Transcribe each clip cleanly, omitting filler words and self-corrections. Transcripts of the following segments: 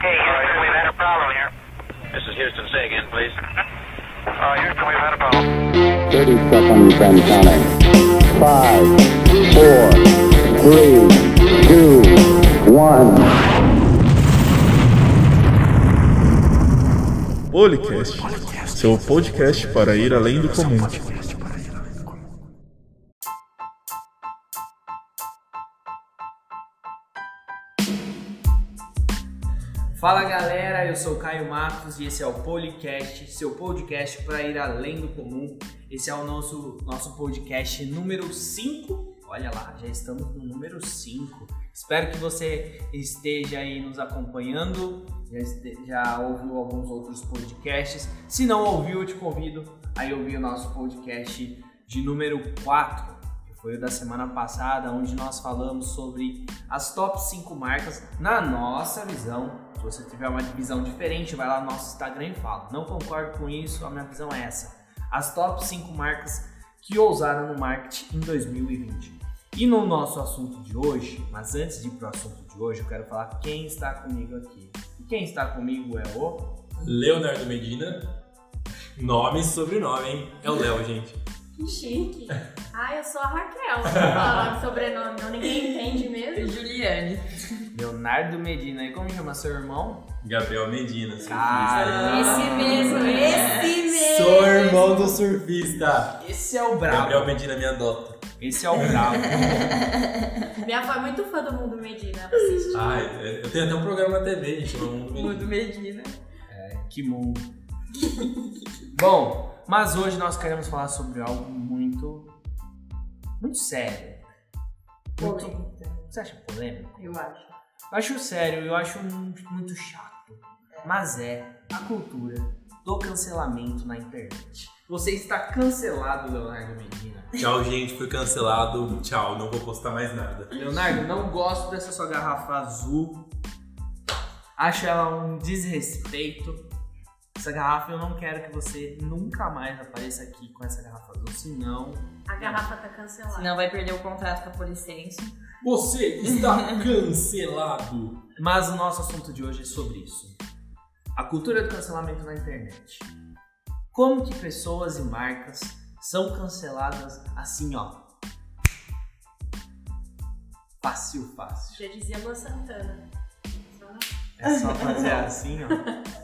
Okay, Houston, we've had a problem here. This is Houston. Say again, please. Houston, we've had a problem. 30 seconds and counting. 5, 4, 3, 2, 1. Policast, seu podcast para ir além do comum. Fala galera, eu sou o Caio Matos e esse é o Policast, seu podcast para ir além do comum. Esse é o nosso podcast número 5. Olha lá, já estamos no número 5. Espero que você esteja aí nos acompanhando, já ouviu alguns outros podcasts. Se não ouviu, eu te convido a ouvir o nosso podcast de número 4, que foi o da semana passada, onde nós falamos sobre as top 5 marcas na nossa visão. Se você tiver uma visão diferente, vai lá no nosso Instagram e fala: não concordo com isso, a minha visão é essa. As top 5 marcas que ousaram no marketing em 2020. E no nosso assunto de hoje, mas antes de ir para o assunto de hoje, eu quero falar quem está comigo aqui. E quem está comigo é o... Leonardo Medina. Nome e sobrenome, hein? É o Léo, gente. Que chique. Eu sou a Raquel. Não vou falar sobrenome, não. Ninguém entende mesmo. Juliane. Leonardo Medina. E como chama seu irmão? Gabriel Medina, surfista. Esse mesmo. Sou irmão do surfista. Esse é o brabo. Gabriel Medina me adota. Esse é o brabo. Minha avó é muito fã do Mundo Medina. Ela assiste. Eu tenho até um programa na TV, gente, chama Mundo Medina. Mundo Medina. Que mundo. Bom, mas hoje nós queremos falar sobre algo muito sério. Polêmica. Você acha polêmico? Eu acho. Eu acho sério, eu acho muito chato. Mas é a cultura do cancelamento na internet. Você está cancelado, Leonardo Medina. Tchau, gente, fui cancelado. Tchau, não vou postar mais nada. Leonardo, não gosto dessa sua garrafa azul. Acho ela um desrespeito. Essa garrafa, eu não quero que você nunca mais apareça aqui com essa garrafa azul, senão... A garrafa tá cancelada. Senão vai perder o contrato com a Policência. Você está cancelado. Mas o nosso assunto de hoje é sobre isso. A cultura do cancelamento na internet. Como que pessoas e marcas são canceladas assim, ó. Fácil. Já dizia Lua Santana. É só fazer assim, ó.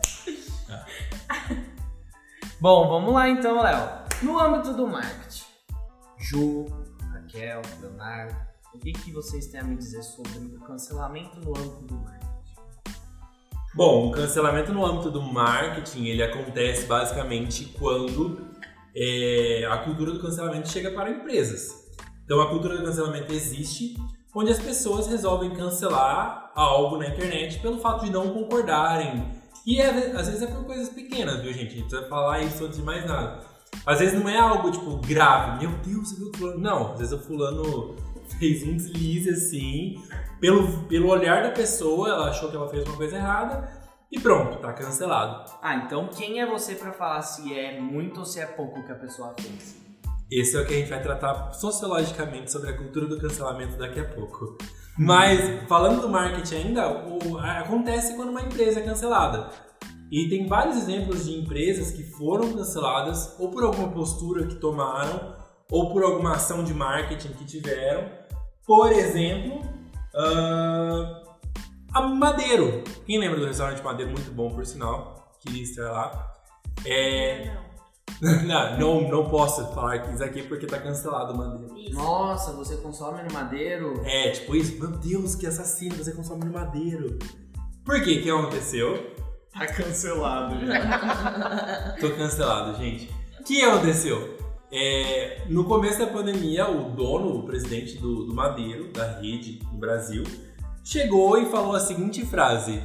Bom, vamos lá então, Léo. No âmbito do marketing, Ju, Raquel, Leonardo, o que vocês têm a me dizer sobre o cancelamento no âmbito do marketing? Bom, o cancelamento no âmbito do marketing, ele acontece basicamente quando a cultura do cancelamento chega para empresas. Então, a cultura do cancelamento existe onde as pessoas resolvem cancelar algo na internet pelo fato de não concordarem. E às vezes é por coisas pequenas, viu, gente? A gente precisa falar isso antes de mais nada. Às vezes não é algo, tipo, grave. Meu Deus, você viu o fulano? Não, às vezes o fulano fez um deslize, assim, pelo olhar da pessoa, ela achou que ela fez uma coisa errada e pronto, tá cancelado. Então quem é você pra falar se é muito ou se é pouco que a pessoa fez? Esse é o que a gente vai tratar sociologicamente sobre a cultura do cancelamento daqui a pouco. Mas, falando do marketing ainda, acontece quando uma empresa é cancelada. E tem vários exemplos de empresas que foram canceladas ou por alguma postura que tomaram ou por alguma ação de marketing que tiveram. Por exemplo, a Madeiro. Quem lembra do restaurante Madeiro? Muito bom, por sinal. Queria estar lá. Não posso falar isso aqui porque tá cancelado o Madeiro. Isso. Nossa, você consome no Madeiro? Tipo isso. Meu Deus, que assassino, você consome no Madeiro. Por quê? O que aconteceu? Tá cancelado. Tô cancelado, gente. O que aconteceu? No começo da pandemia, o presidente do Madeiro, da rede no Brasil, chegou e falou a seguinte frase: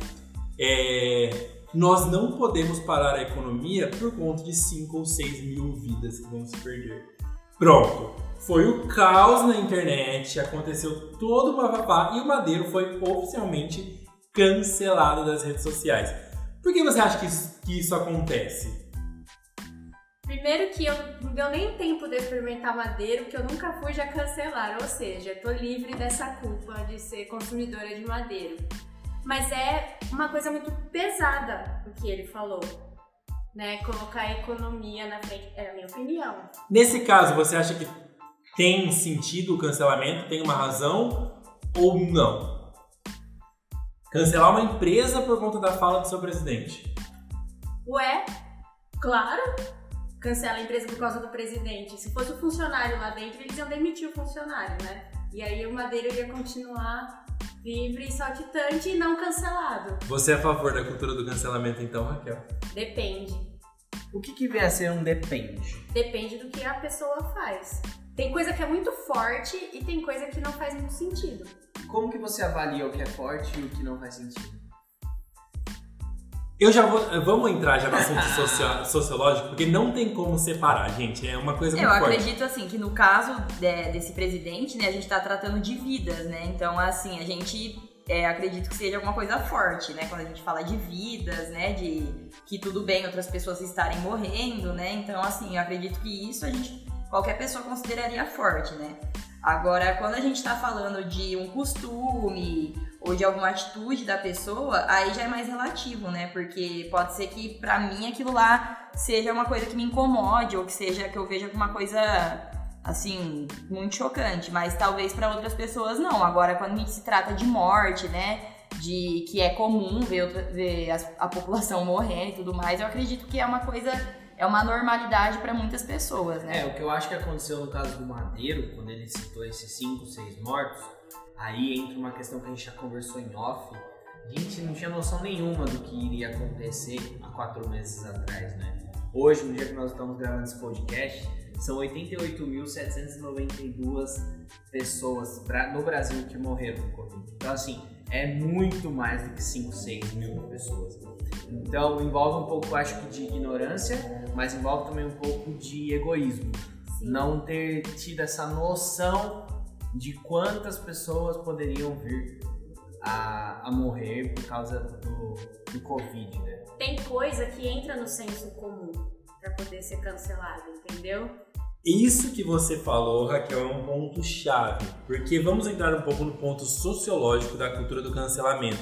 nós não podemos parar a economia por conta de 5 ou 6 mil vidas que vão se perder. Pronto. Foi o caos na internet, aconteceu todo uma papá e o Madeiro foi oficialmente cancelado das redes sociais. Por que você acha que isso acontece? Primeiro que não deu nem tempo de experimentar Madeiro, que eu nunca fui, já cancelaram. Ou seja, eu tô livre dessa culpa de ser consumidora de Madeiro. Mas é uma coisa muito pesada o que ele falou, né? Colocar a economia na frente, é a minha opinião. Nesse caso, você acha que tem sentido o cancelamento? Tem uma razão ou não? Cancelar uma empresa por conta da fala do seu presidente? Ué, claro, cancela a empresa por causa do presidente. Se fosse o funcionário lá dentro, eles iam demitir o funcionário, né? E aí o Madeiro ia continuar livre e saltitante e não cancelado. Você é a favor da cultura do cancelamento então, Raquel? Depende. O que vem a ser um depende? Depende do que a pessoa faz. Tem coisa que é muito forte e tem coisa que não faz muito sentido. Como que você avalia o que é forte e o que não faz sentido? Vamos entrar já no assunto sociológico, porque não tem como separar, gente. É uma coisa muito forte. Eu acredito, assim, que no caso desse presidente, né, a gente tá tratando de vidas, né? Então, assim, a gente acredito que seja alguma coisa forte, né? Quando a gente fala de vidas, né? De que tudo bem outras pessoas estarem morrendo, né? Então, assim, eu acredito que isso qualquer pessoa consideraria forte, né? Agora, quando a gente tá falando de um costume ou de alguma atitude da pessoa, aí já é mais relativo, né? Porque pode ser que pra mim aquilo lá seja uma coisa que me incomode ou que eu veja como uma coisa, assim, muito chocante, mas talvez pra outras pessoas não. Agora, quando a gente se trata de morte, né? De que é comum ver a população morrendo e tudo mais, eu acredito que é uma coisa... É uma normalidade para muitas pessoas, né? O que eu acho que aconteceu no caso do Madeiro, quando ele citou esses 5, 6 mortos, aí entra uma questão que a gente já conversou em off. A gente não tinha noção nenhuma do que iria acontecer há 4 meses atrás, né? Hoje, no dia que nós estamos gravando esse podcast, são 88.792 pessoas no Brasil que morreram com Covid. Então, assim, é muito mais do que 5, 6 mil pessoas. Então, envolve um pouco, acho que, de ignorância, mas envolve também um pouco de egoísmo. Sim. Não ter tido essa noção de quantas pessoas poderiam vir a morrer por causa do Covid, né? Tem coisa que entra no senso comum para poder ser cancelada, entendeu? Isso que você falou, Raquel, é um ponto chave, porque vamos entrar um pouco no ponto sociológico da cultura do cancelamento.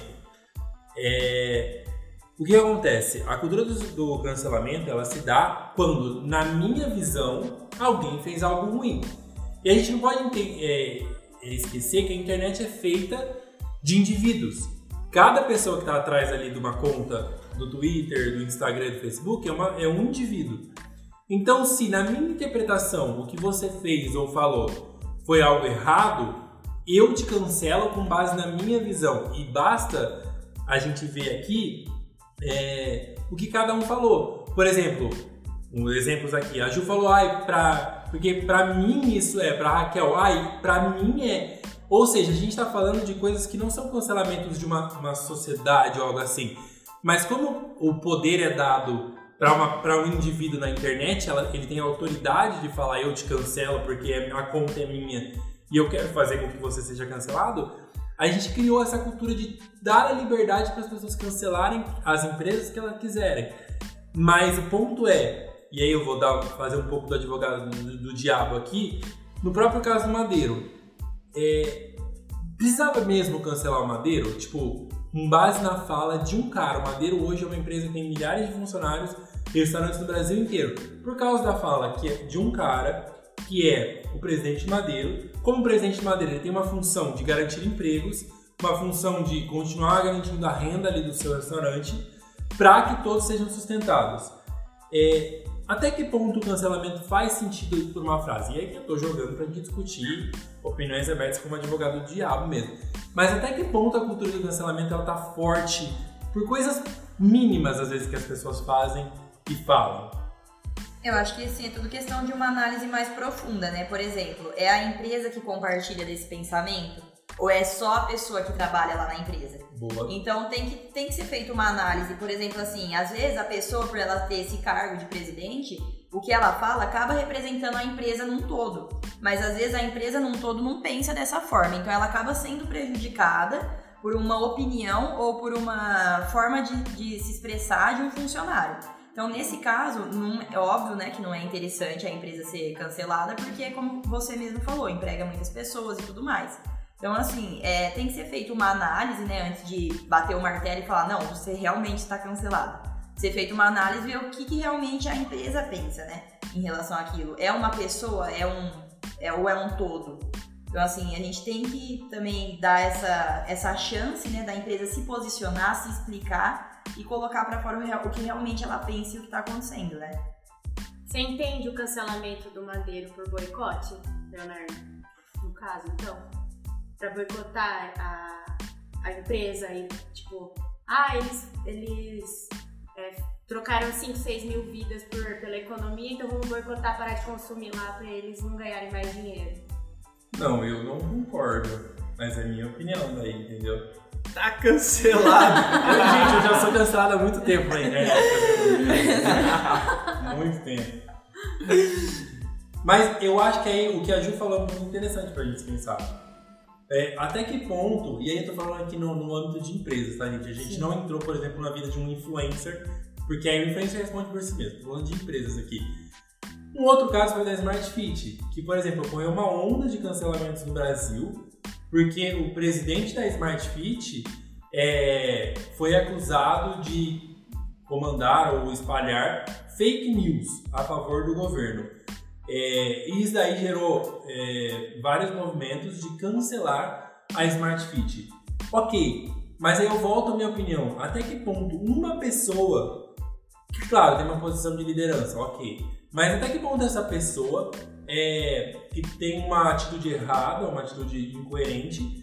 O que acontece? A cultura do cancelamento, ela se dá quando, na minha visão, alguém fez algo ruim. E a gente não pode esquecer que a internet é feita de indivíduos. Cada pessoa que está atrás ali de uma conta do Twitter, do Instagram, do Facebook é um indivíduo. Então, se na minha interpretação o que você fez ou falou foi algo errado, eu te cancelo com base na minha visão. E basta a gente ver aqui o que cada um falou. Por exemplo, exemplos aqui. A Ju falou, porque pra mim isso pra Raquel, pra mim é. Ou seja, a gente tá falando de coisas que não são cancelamentos de uma sociedade ou algo assim. Mas como o poder é dado para um indivíduo na internet, ele tem a autoridade de falar eu te cancelo porque a conta é minha e eu quero fazer com que você seja cancelado, a gente criou essa cultura de dar a liberdade para as pessoas cancelarem as empresas que elas quiserem. Mas o ponto e aí eu vou fazer um pouco do advogado do diabo aqui, no próprio caso do Madeiro, precisava mesmo cancelar o Madeiro? Tipo, com base na fala de um cara. O Madeiro hoje é uma empresa que tem milhares de funcionários e restaurantes no Brasil inteiro. Por causa da fala de um cara que é o presidente Madeiro. Como presidente de Madeiro, ele tem uma função de garantir empregos, uma função de continuar garantindo a renda ali do seu restaurante para que todos sejam sustentados. Até que ponto o cancelamento faz sentido por uma frase? E aí que eu tô jogando pra gente discutir opiniões abertas como advogado do diabo mesmo. Mas até que ponto a cultura do cancelamento ela tá forte por coisas mínimas, às vezes, que as pessoas fazem e falam? Eu acho que sim, é tudo questão de uma análise mais profunda, né? Por exemplo, é a empresa que compartilha desse pensamento ou é só a pessoa que trabalha lá na empresa? Boa. Então tem que ser feita uma análise. Por exemplo, assim, às vezes a pessoa, por ela ter esse cargo de presidente, o que ela fala acaba representando a empresa num todo. Mas às vezes a empresa num todo não pensa dessa forma. Então ela acaba sendo prejudicada por uma opinião ou por uma forma de se expressar de um funcionário. Então, nesse caso, é óbvio, né, que não é interessante a empresa ser cancelada, porque, como você mesmo falou, emprega muitas pessoas e tudo mais. Então, assim, tem que ser feita uma análise, né, antes de bater o martelo e falar, não, você realmente está cancelado. Ser feita uma análise e ver o que realmente a empresa pensa, né, em relação àquilo. É uma pessoa? Ou é um todo? Então, assim, a gente tem que também dar essa chance, né, da empresa se posicionar, se explicar e colocar para fora o que realmente ela pensa e o que está acontecendo, né? Você entende o cancelamento do Madeiro por boicote, Leonardo? No caso, então? Pra boicotar a empresa e, tipo... eles trocaram 5, 6 mil vidas pela economia, então vamos boicotar, parar de consumir lá pra eles não ganharem mais dinheiro. Não, eu não concordo, mas é minha opinião daí, entendeu? Tá cancelado. Gente, eu já sou cancelado há muito tempo na internet. Muito tempo. Mas eu acho que aí o que a Ju falou é muito interessante pra gente pensar. Até que ponto, e aí eu tô falando aqui no âmbito de empresas, tá, gente? A gente não entrou, por exemplo, na vida de um influencer, porque a influencer responde por si mesmo. Tô falando de empresas aqui. Um outro caso foi da Smart Fit, que, por exemplo, ocorreu uma onda de cancelamentos no Brasil, porque o presidente da Smart Fit foi acusado de comandar ou espalhar fake news a favor do governo. E isso daí gerou vários movimentos de cancelar a Smart Fit. Ok, mas aí eu volto à minha opinião. Até que ponto uma pessoa, que claro, tem uma posição de liderança, ok, mas até que ponto essa pessoa que tem uma atitude errada, uma atitude incoerente,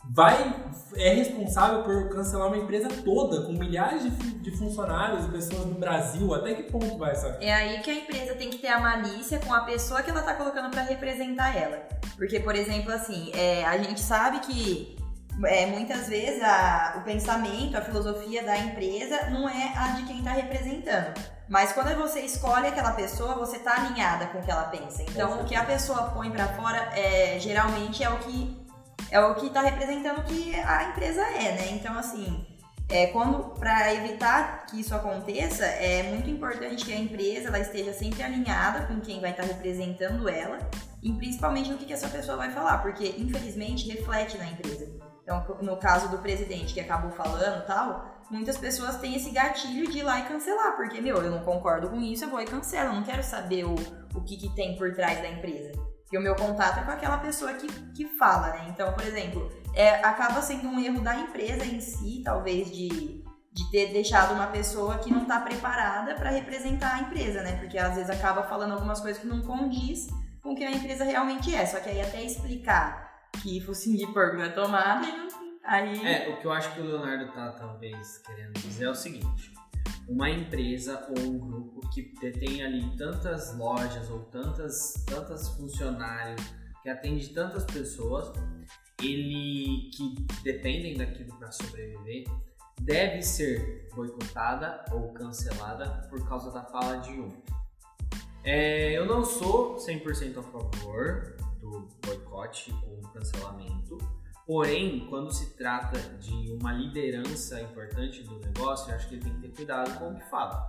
é responsável por cancelar uma empresa toda, com milhares de funcionários e pessoas no Brasil? Até que ponto vai essa... É aí que a empresa tem que ter a malícia com a pessoa que ela tá colocando para representar ela. Porque, por exemplo, assim, a gente sabe que muitas vezes o pensamento, a filosofia da empresa não é a de quem tá representando. Mas quando você escolhe aquela pessoa, você tá alinhada com o que ela pensa. Então, o que a pessoa põe para fora geralmente é o que tá representando o que a empresa né? Então, assim, para evitar que isso aconteça, é muito importante que a empresa ela esteja sempre alinhada com quem vai estar representando ela e principalmente no que essa pessoa vai falar, porque, infelizmente, reflete na empresa. Então, no caso do presidente que acabou falando e tal, muitas pessoas têm esse gatilho de ir lá e cancelar, porque, eu não concordo com isso, eu vou e cancelo, eu não quero saber o que tem por trás da empresa. Porque o meu contato é com aquela pessoa que fala, né? Então, por exemplo, acaba sendo um erro da empresa em si, talvez, de ter deixado uma pessoa que não está preparada para representar a empresa, né? Porque às vezes acaba falando algumas coisas que não condiz com o que a empresa realmente é. Só que aí até explicar que focinho de porco não é tomada, aí... O que eu acho que o Leonardo tá talvez querendo dizer é o seguinte: uma empresa ou um grupo que detém ali tantas lojas ou tantos funcionários, que atende tantas pessoas, que dependem daquilo para sobreviver, deve ser boicotada ou cancelada por causa da fala de um. Eu não sou 100% a favor do boicote ou cancelamento, porém, quando se trata de uma liderança importante do negócio, eu acho que ele tem que ter cuidado com o que fala.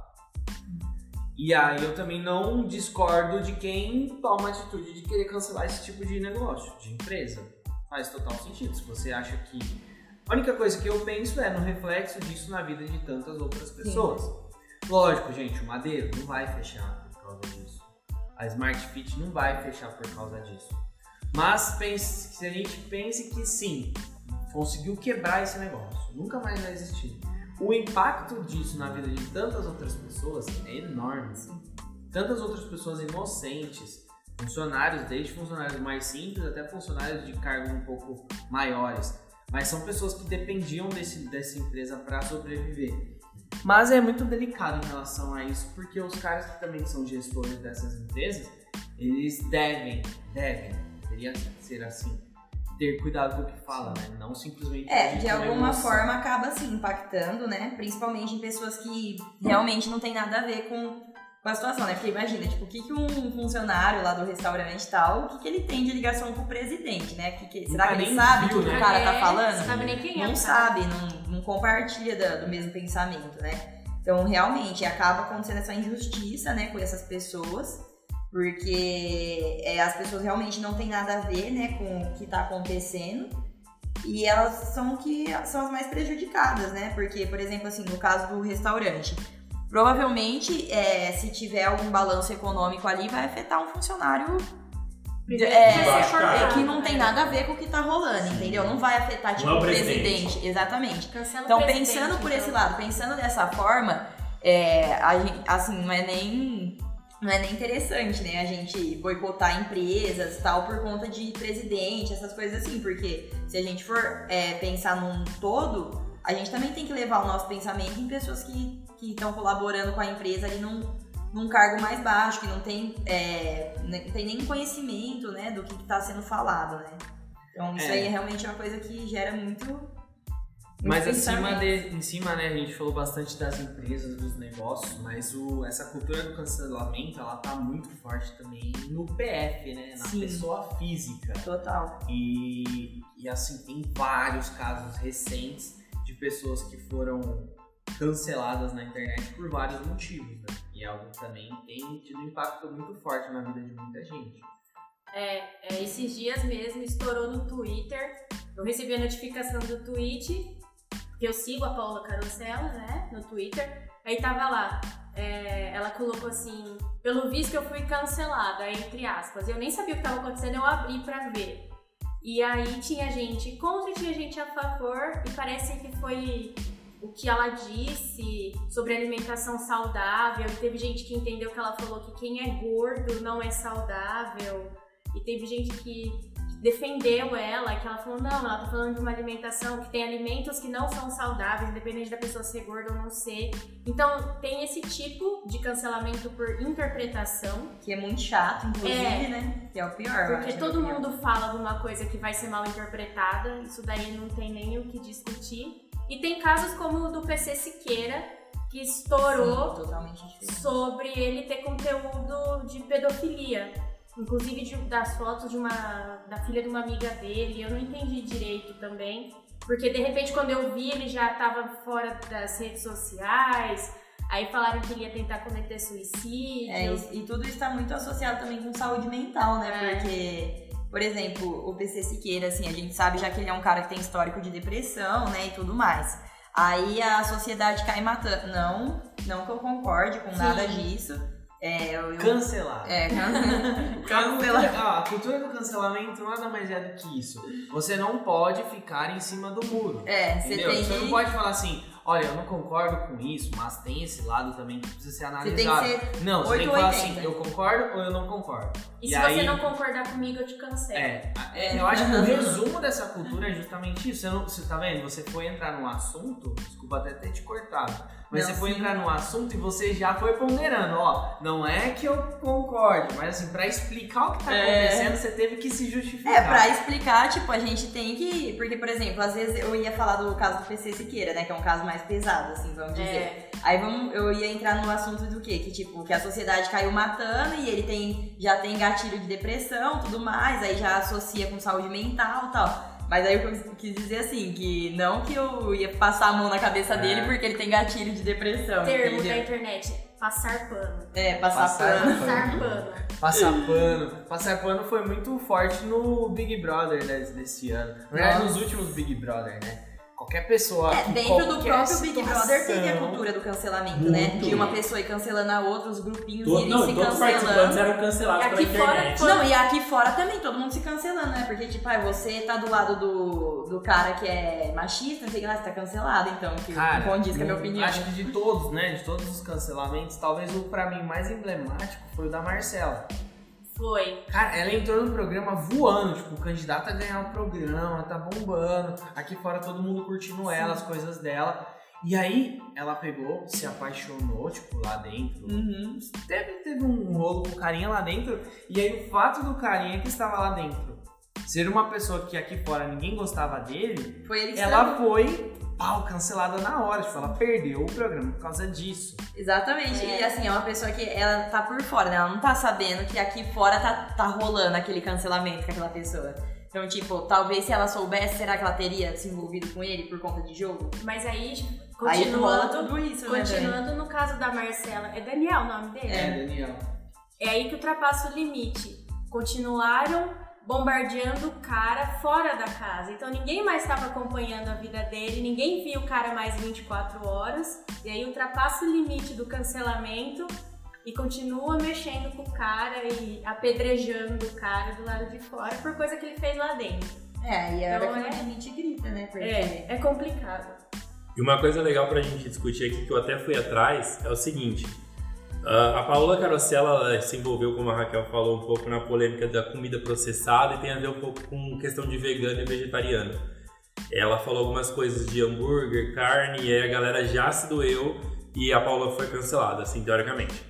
E aí eu também não discordo de quem toma a atitude de querer cancelar esse tipo de negócio, de empresa. Faz total sentido. Se você acha que... A única coisa que eu penso no reflexo disso na vida de tantas outras pessoas. Sim. Lógico, gente, o Madeiro não vai fechar por causa disso. A Smart Fit não vai fechar por causa disso. Mas se a gente pense que sim, conseguiu quebrar esse negócio, nunca mais vai existir. O impacto disso na vida de tantas outras pessoas é enorme. Tantas outras pessoas inocentes, funcionários, desde funcionários mais simples até funcionários de cargos um pouco maiores. Mas são pessoas que dependiam dessa empresa para sobreviver. Mas é muito delicado em relação a isso, porque os caras que também são gestores dessas empresas, eles deveria ser assim, ter cuidado com o que fala, né? Não simplesmente... de alguma forma acaba assim impactando, né? Principalmente em pessoas que realmente não tem nada a ver com a situação, né? Porque imagina, tipo, o que um funcionário lá do restaurante tal, o que ele tem de ligação com o presidente, né? Será que ele sabe o que o cara tá falando? Não sabe nem quem é. Não sabe, não compartilha do mesmo pensamento, né? Então, realmente, acaba acontecendo essa injustiça, né, com essas pessoas, porque as pessoas realmente não têm nada a ver, né, com o que tá acontecendo. e elas são as mais prejudicadas, né? Porque, por exemplo, assim, no caso do restaurante, provavelmente, se tiver algum balanço econômico ali, vai afetar um funcionário que não tem nada a ver com o que tá rolando, entendeu? Não vai afetar, tipo, o presidente. Exatamente. Cancela Então, o presidente, pensando por esse lado, pensando dessa forma, a gente, assim, não é nem interessante, né, a gente boicotar empresas e tal por conta de presidente, essas coisas assim, porque se a gente for pensar num todo, a gente também tem que levar o nosso pensamento em pessoas que estão colaborando com a empresa ali num cargo mais baixo, que não tem nem conhecimento, né, do que está sendo falado, né. Então isso aí realmente é uma coisa que gera muito Mas em cima, né, a gente falou bastante das empresas, dos negócios, mas essa cultura do cancelamento, ela tá muito forte também no PF, né, na pessoa física. Total. E assim, tem vários casos recentes de pessoas que foram canceladas na internet por vários motivos, né, e é algo que também tem tido um impacto muito forte na vida de muita gente. Esses dias mesmo estourou no Twitter, eu recebi a notificação do tweet, que eu sigo a Paula Carosella, né, no Twitter, aí tava lá, ela colocou assim, pelo visto eu fui cancelada, entre aspas, eu nem sabia o que tava acontecendo, eu abri pra ver, e aí tinha gente contra e tinha gente a favor, e parece que foi o que ela disse sobre alimentação saudável, e teve gente que entendeu que ela falou que quem é gordo não é saudável, e teve gente que defendeu ela, que ela falou, não, ela tá falando de uma alimentação que tem alimentos que não são saudáveis, independente da pessoa ser gorda ou não ser. Então, tem esse tipo de cancelamento por interpretação. Que é muito chato, inclusive, né? Que é o pior. Porque todo mundo fala de uma coisa que vai ser mal interpretada, isso daí não tem nem o que discutir. E tem casos como o do PC Siqueira, que estourou sobre ele ter conteúdo de pedofilia. Inclusive das fotos da filha de uma amiga dele, eu não entendi direito também, porque de repente quando eu vi ele já estava fora das redes sociais, aí falaram que ele ia tentar cometer suicídio. E tudo isso está muito associado também com saúde mental, né, porque, por exemplo, o PC Siqueira, assim, a gente sabe já que ele é um cara que tem histórico de depressão, né, e tudo mais. Aí a sociedade cai matando, não que eu concorde com nada disso. Cancelar. Cancelar. A cultura do cancelamento nada mais é do que isso. Você não pode ficar em cima do muro. Você não pode falar assim, olha, eu não concordo com isso, mas tem esse lado também que precisa ser analisado. Você tem que ser não, você tem que falar assim, eu concordo ou eu não concordo. E se aí, você não concordar comigo, eu te cancelo. Eu acho que o resumo dessa cultura é justamente isso. Você tá vendo? Você foi entrar num assunto, desculpa até ter te cortado, mas você foi entrar num assunto e você já foi ponderando, não é que eu concorde, mas assim, pra explicar o que tá acontecendo, você teve que se justificar. Pra explicar, tipo, a gente tem que... Porque, por exemplo, às vezes eu ia falar do caso do PC Siqueira, né, que é um caso mais pesado, assim, vamos dizer. Aí eu ia entrar no assunto do quê? Que, tipo, que a sociedade caiu matando e ele já tem gatilho de depressão, tudo mais, aí já associa com saúde mental e tal. Mas aí eu quis dizer assim, que não que eu ia passar a mão na cabeça dele porque ele tem gatilho de depressão. Termo da internet, passar pano. Passar pano. Passar pano. Passar pano foi muito forte no Big Brother desse ano. Na verdade, nos últimos Big Brother, né? Qualquer pessoa... dentro do próprio Big Brother teve a cultura do cancelamento, né? De uma pessoa ir cancelando a outra, os grupinhos irem se todos os participantes eram cancelados pela internet. E aqui fora também, todo mundo se cancelando, né? Porque, tipo, você tá do lado do cara que é machista, não sei lá, você tá cancelado, então, que condiz com a minha opinião. Acho que de todos, né? De todos os cancelamentos, talvez o, pra mim, mais emblemático foi o da Marcela. Foi. Cara, ela entrou no programa voando, tipo, candidata a ganhar o programa, tá bombando, aqui fora todo mundo curtindo ela, as coisas dela. E aí, ela pegou, se apaixonou, tipo, lá dentro. Teve um rolo com o carinha lá dentro, e aí o fato do carinha que estava lá dentro ser uma pessoa que aqui fora ninguém gostava dele, ela foi cancelada na hora, tipo, ela perdeu o programa por causa disso. Exatamente, e assim, é uma pessoa que ela tá por fora, né? Ela não tá sabendo que aqui fora tá rolando aquele cancelamento com aquela pessoa. Então, tipo, talvez se ela soubesse, será que ela teria se envolvido com ele por conta de jogo? Mas aí, rola tudo isso, continuando no caso da Marcela, é Daniel o nome dele? É, Daniel. É aí que ultrapassa o limite. Continuaram bombardeando o cara fora da casa. Então ninguém mais estava acompanhando a vida dele, ninguém via o cara mais 24 horas. E aí ultrapassa o limite do cancelamento e continua mexendo com o cara e apedrejando o cara do lado de fora por coisa que ele fez lá dentro. E a Então, hora que o limite grita, né? Porque... É complicado. E uma coisa legal pra gente discutir aqui, que eu até fui atrás, é o seguinte. A Paola Carosella ela se envolveu, como a Raquel falou, um pouco na polêmica da comida processada e tem a ver um pouco com questão de vegano e vegetariano. Ela falou algumas coisas de hambúrguer, carne, e aí a galera já se doeu e a Paola foi cancelada, assim, teoricamente.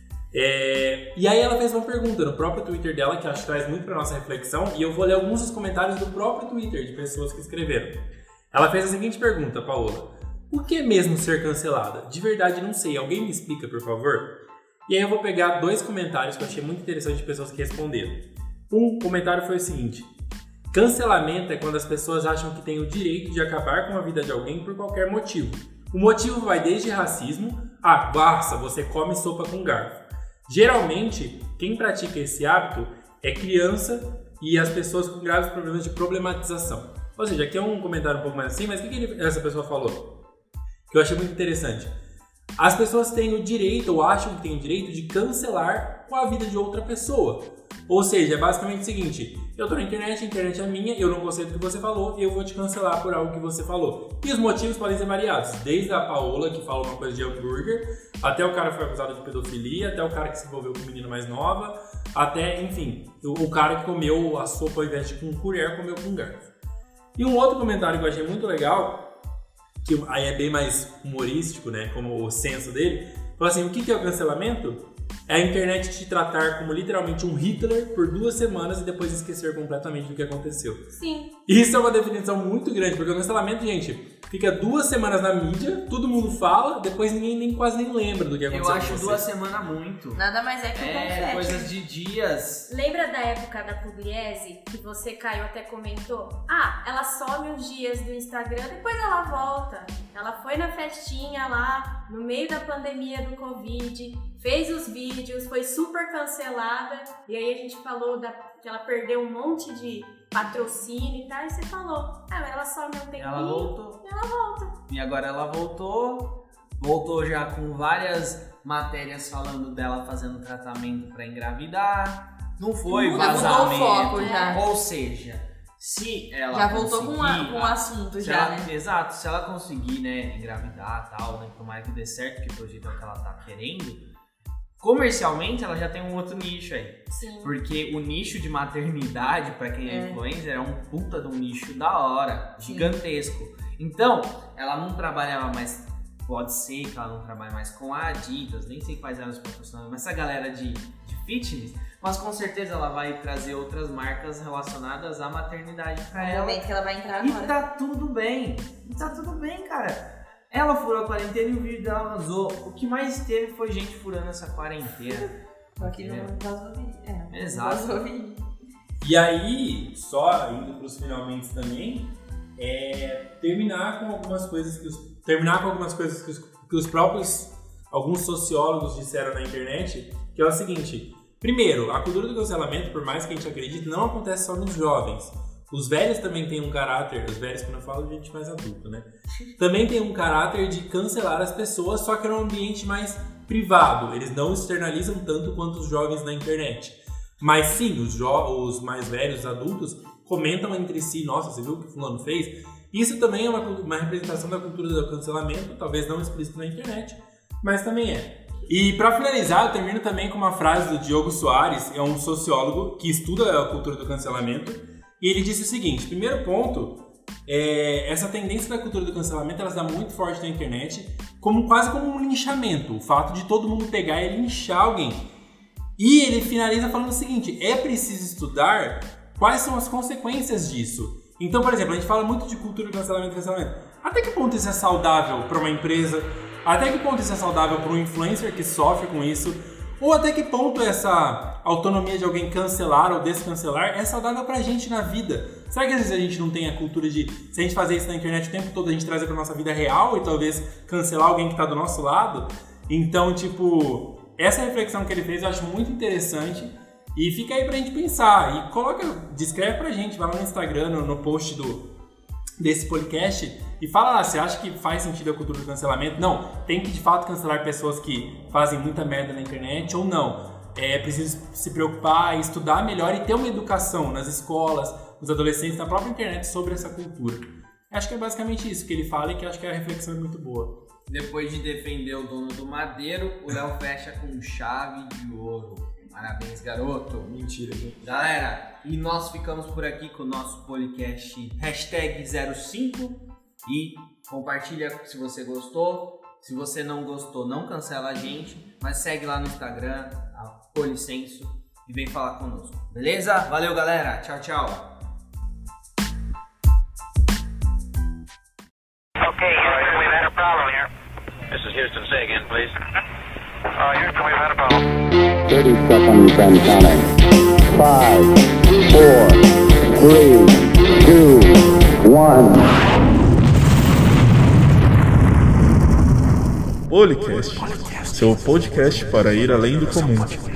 E aí ela fez uma pergunta no próprio Twitter dela, que acho que traz muito pra nossa reflexão, e eu vou ler alguns dos comentários do próprio Twitter de pessoas que escreveram. Ela fez a seguinte pergunta, Paola: por que mesmo ser cancelada? De verdade não sei, alguém me explica, por favor? E aí eu vou pegar 2 comentários que eu achei muito interessante de pessoas que responderam. Um comentário foi o seguinte: cancelamento é quando as pessoas acham que têm o direito de acabar com a vida de alguém por qualquer motivo. O motivo vai desde racismo a Barça, você come sopa com garfo. Geralmente, quem pratica esse hábito é criança e as pessoas com graves problemas de problematização. Ou seja, aqui é um comentário um pouco mais assim, mas o que essa pessoa falou? Que eu achei muito interessante. As pessoas têm o direito, ou acham que têm o direito, de cancelar com a vida de outra pessoa. Ou seja, é basicamente o seguinte: eu tô na internet, a internet é minha, eu não gostei do que você falou, eu vou te cancelar por algo que você falou. E os motivos podem ser variados, desde a Paola, que falou uma coisa de hambúrguer, até o cara que foi acusado de pedofilia, até o cara que se envolveu com uma menina mais nova, até, enfim, o cara que comeu a sopa ao invés de com colher, comeu com garfo. E um outro comentário que eu achei muito legal, que aí é bem mais humorístico, né, como o senso dele, falou assim: o que é o cancelamento? É a internet te tratar como literalmente um Hitler por 2 semanas e depois esquecer completamente do que aconteceu. Sim. Isso é uma definição muito grande, porque o cancelamento, gente, fica 2 semanas na mídia, todo mundo fala, depois ninguém quase nem lembra do que aconteceu. Eu acho 2 semanas muito. Nada mais é que um confete. Coisas de dias. Lembra da época da Pugliese, que você, Caio, até comentou? Ela some uns dias do Instagram, depois ela volta. Ela foi na festinha lá, no meio da pandemia do Covid, fez os vídeos, foi super cancelada. E aí a gente falou que ela perdeu um monte de patrocínio e tal. E você falou, ela some um tempinho. Ela voltou. Ela volta. E agora ela voltou já com várias matérias falando dela fazendo tratamento pra engravidar. Não foi vazamento. Mudou o foco já. Ou seja, se ela já voltou com conseguir, o assunto já, né? Exato, se ela conseguir, né, engravidar e tal, né, tomara que dê certo, que pelo jeito é o que ela tá querendo, comercialmente ela já tem um outro nicho aí. Sim. Porque o nicho de maternidade, pra quem é influencer, é um puta de um nicho da hora, gigantesco. Então, ela não trabalhava mais, pode ser que ela não trabalhe mais com a Adidas, nem sei quais eram os patrocinadores, mas essa galera de fitness, mas com certeza ela vai trazer outras marcas relacionadas à maternidade pra ela. Realmente que ela vai entrar E agora. tá tudo bem. Cara. Ela furou a quarentena e o vídeo dela vazou. O que mais teve foi gente furando essa quarentena. Só que não vazou vídeo. Exato. Vazou vídeo. E aí, só indo pros finalmente também, terminar com algumas coisas que os próprios, alguns sociólogos disseram na internet, que é o seguinte: primeiro, a cultura do cancelamento, por mais que a gente acredite, não acontece só nos jovens. Os velhos também têm um caráter, os velhos que eu não falo de gente mais adulta, né? Também tem um caráter de cancelar as pessoas, só que num ambiente mais privado. Eles não externalizam tanto quanto os jovens na internet. Mas sim, os mais velhos, os adultos, comentam entre si: nossa, você viu o que o fulano fez? Isso também é uma representação da cultura do cancelamento, talvez não explícito na internet, mas também é. E pra finalizar, eu termino também com uma frase do Diogo Soares, é um sociólogo que estuda a cultura do cancelamento, e ele disse o seguinte: primeiro ponto, essa tendência da cultura do cancelamento, ela se dá muito forte na internet, quase como um linchamento, o fato de todo mundo pegar e linchar alguém. E ele finaliza falando o seguinte: é preciso estudar quais são as consequências disso. Então, por exemplo, a gente fala muito de cultura do cancelamento. Até que ponto isso é saudável para uma empresa? Até que ponto isso é saudável para um influencer que sofre com isso? Ou até que ponto essa autonomia de alguém cancelar ou descancelar é saudável pra gente na vida? Será que às vezes a gente não tem a cultura de, se a gente fazer isso na internet o tempo todo, a gente trazer pra nossa vida real e talvez cancelar alguém que tá do nosso lado? Então, essa reflexão que ele fez eu acho muito interessante E fica aí pra gente pensar. E descreve pra gente, vai lá no Instagram, no post desse podcast e fala lá, você acha que faz sentido a cultura do cancelamento? Não, tem que de fato cancelar pessoas que fazem muita merda na internet ou não? É preciso se preocupar, estudar melhor e ter uma educação nas escolas, nos adolescentes, na própria internet sobre essa cultura. Acho que é basicamente isso que ele fala e que acho que a reflexão é muito boa. Depois de defender o dono do Madeiro, o Léo fecha com chave de ouro. Parabéns, garoto. Mentira, gente. Galera, e nós ficamos por aqui com o nosso podcast #05 e compartilha se você gostou. Se você não gostou, não cancela a gente, mas segue lá no Instagram, Policenso, e vem falar conosco. Beleza? Valeu, galera. Tchau, tchau. Okay, Houston, we've had a problem here. This is Houston. Say again, please. Houston, we've had a problem. 30 seconds and counting. 5, 4, 3, 2, 1. Policast, seu podcast para ir além do comum.